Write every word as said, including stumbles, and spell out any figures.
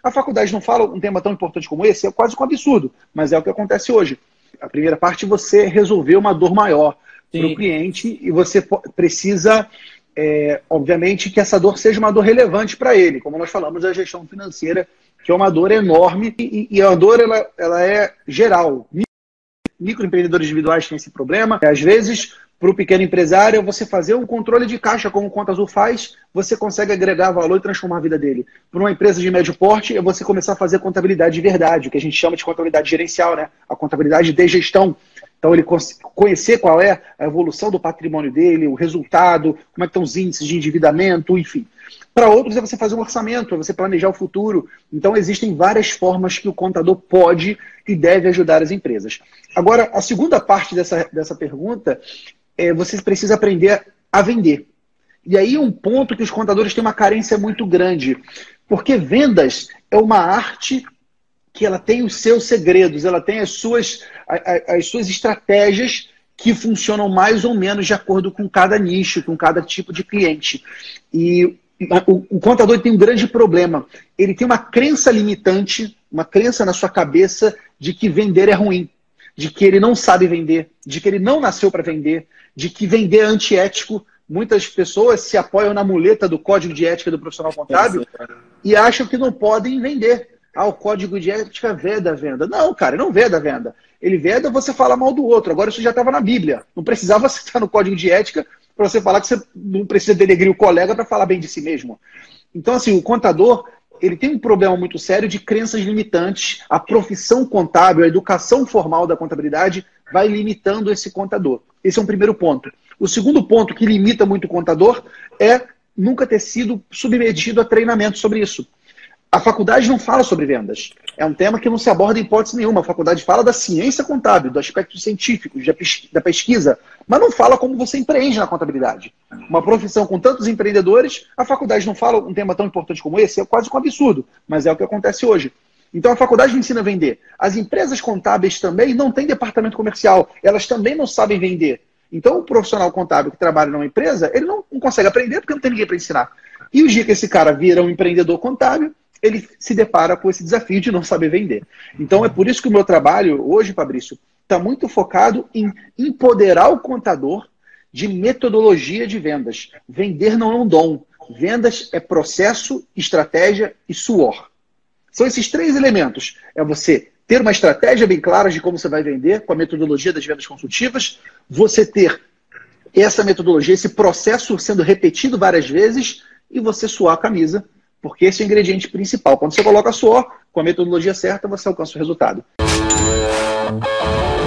A faculdade não fala um tema tão importante como esse, é quase um absurdo, mas é o que acontece hoje. A primeira parte, você resolver uma dor maior para o Sim. cliente e você precisa, é, obviamente, que essa dor seja uma dor relevante para ele, como nós falamos da gestão financeira, que é uma dor enorme e, e a dor ela, ela é geral. Microempreendedores individuais têm esse problema. Às vezes, para o pequeno empresário, você fazer um controle de caixa, como o Conta Azul faz, você consegue agregar valor e transformar a vida dele. Para uma empresa de médio porte, é você começar a fazer contabilidade de verdade, o que a gente chama de contabilidade gerencial, né? A contabilidade de gestão. Então, ele conhecer qual é a evolução do patrimônio dele, o resultado, como é que estão os índices de endividamento, enfim. Para outros é você fazer um orçamento, é você planejar o futuro. Então, existem várias formas que o contador pode e deve ajudar as empresas. Agora, a segunda parte dessa, dessa pergunta é você precisa aprender a vender. E aí um ponto que os contadores têm uma carência muito grande, porque vendas é uma arte que ela tem os seus segredos, ela tem as suas, as suas estratégias que funcionam mais ou menos de acordo com cada nicho, com cada tipo de cliente. E o, o contador tem um grande problema. Ele tem uma crença limitante, uma crença na sua cabeça de que vender é ruim, de que ele não sabe vender, de que ele não nasceu para vender, de que vender é antiético. Muitas pessoas se apoiam na muleta do código de ética do profissional contábil e acham que não podem vender. Ah, o código de ética veda a venda. Não, cara, não veda a venda. Ele veda você falar mal do outro. Agora isso já estava na Bíblia. Não precisava você estar no código de ética para você falar que você não precisa denegrir o colega para falar bem de si mesmo. Então, assim, o contador ele tem um problema muito sério de crenças limitantes. A profissão contábil, a educação formal da contabilidade vai limitando esse contador. Esse é um primeiro ponto. O segundo ponto que limita muito o contador é nunca ter sido submetido a treinamento sobre isso. A faculdade não fala sobre vendas. É um tema que não se aborda em hipótese nenhuma. A faculdade fala da ciência contábil, do aspecto científico, da pesquisa, mas não fala como você empreende na contabilidade. Uma profissão com tantos empreendedores, a faculdade não fala um tema tão importante como esse, é quase um absurdo, mas é o que acontece hoje. Então a faculdade não ensina a vender. As empresas contábeis também não têm departamento comercial, elas também não sabem vender. Então o profissional contábil que trabalha numa empresa, ele não, não consegue aprender porque não tem ninguém para ensinar. E o dia que esse cara vira um empreendedor contábil, ele se depara com esse desafio de não saber vender. Então é por isso que o meu trabalho hoje, Fabrício, está muito focado em empoderar o contador de metodologia de vendas. Vender não é um dom. Vendas é processo, estratégia e suor. São esses três elementos. É você ter uma estratégia bem clara de como você vai vender com a metodologia das vendas consultivas, você ter essa metodologia, esse processo sendo repetido várias vezes e você suar a camisa, porque esse é o ingrediente principal. Quando você coloca suor, com a metodologia certa, você alcança o resultado.